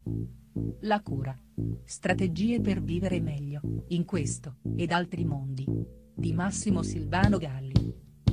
La cura. Strategie per vivere meglio, in questo, ed altri mondi. Di Massimo Silvano Galli.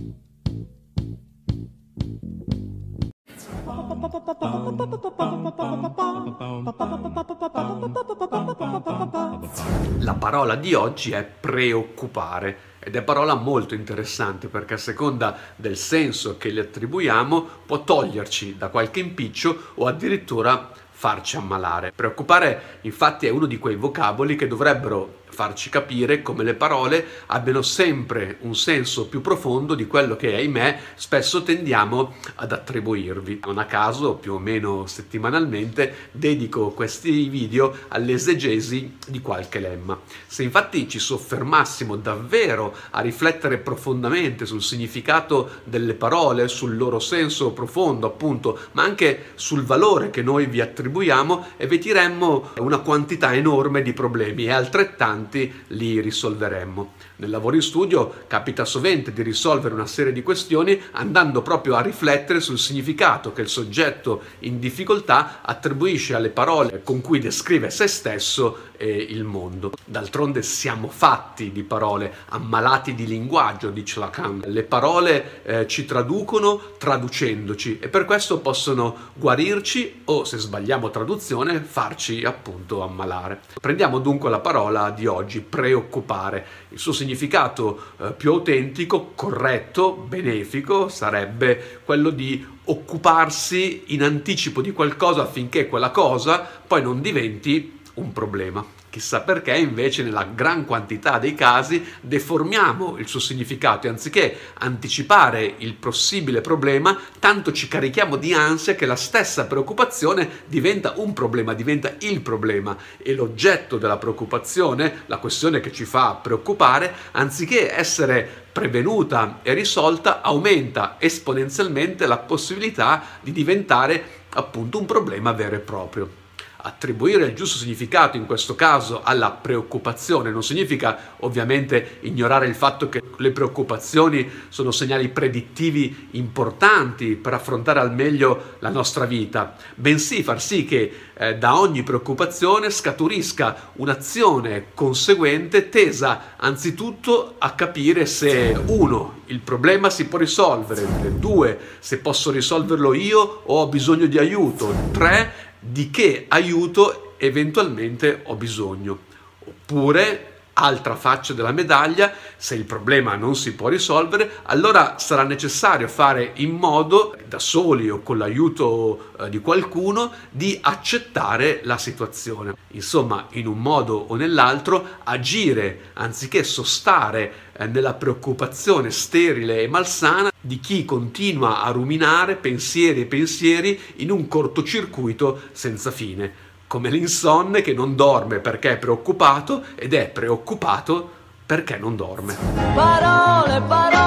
La parola di oggi è preoccupare ed è parola molto interessante perché a seconda del senso che le attribuiamo può toglierci da qualche impiccio o addirittura farci ammalare. Preoccupare infatti è uno di quei vocaboli che dovrebbero farci capire come le parole abbiano sempre un senso più profondo di quello che, ahimè, spesso tendiamo ad attribuirvi. Non a caso, più o meno settimanalmente, dedico questi video all'esegesi di qualche lemma. Se infatti ci soffermassimo davvero a riflettere profondamente sul significato delle parole, sul loro senso profondo, appunto, ma anche sul valore che noi vi attribuiamo, eviteremmo una quantità enorme di problemi e altrettanti li risolveremmo. Nel lavoro in studio capita sovente di risolvere una serie di questioni andando proprio a riflettere sul significato che il soggetto in difficoltà attribuisce alle parole con cui descrive se stesso e il mondo. D'altronde siamo fatti di parole, ammalati di linguaggio, dice Lacan. Le parole ci traducono traducendoci e per questo possono guarirci o, se sbagliamo traduzione, farci appunto ammalare. Prendiamo dunque la parola di oggi, preoccupare. Il suo significato più autentico, corretto, benefico sarebbe quello di occuparsi in anticipo di qualcosa affinché quella cosa poi non diventi un problema. Chissà perché invece nella gran quantità dei casi deformiamo il suo significato e anziché anticipare il possibile problema, tanto ci carichiamo di ansia che la stessa preoccupazione diventa un problema, diventa il problema e l'oggetto della preoccupazione, la questione che ci fa preoccupare, anziché essere prevenuta e risolta, aumenta esponenzialmente la possibilità di diventare appunto un problema vero e proprio. Attribuire il giusto significato in questo caso alla preoccupazione non significa ovviamente ignorare il fatto che le preoccupazioni sono segnali predittivi importanti per affrontare al meglio la nostra vita, bensì far sì che da ogni preoccupazione scaturisca un'azione conseguente tesa anzitutto a capire se 1. Il problema si può risolvere, 2. Se posso risolverlo io o ho bisogno di aiuto, 3. Di che aiuto eventualmente ho bisogno. Oppure, altra faccia della medaglia, se il problema non si può risolvere, allora sarà necessario fare in modo, da soli o con l'aiuto di qualcuno, di accettare la situazione. Insomma, in un modo o nell'altro, agire anziché sostare nella preoccupazione sterile e malsana di chi continua a ruminare pensieri e pensieri in un cortocircuito senza fine, come l'insonne che non dorme perché è preoccupato ed è preoccupato perché non dorme. Parole, parole.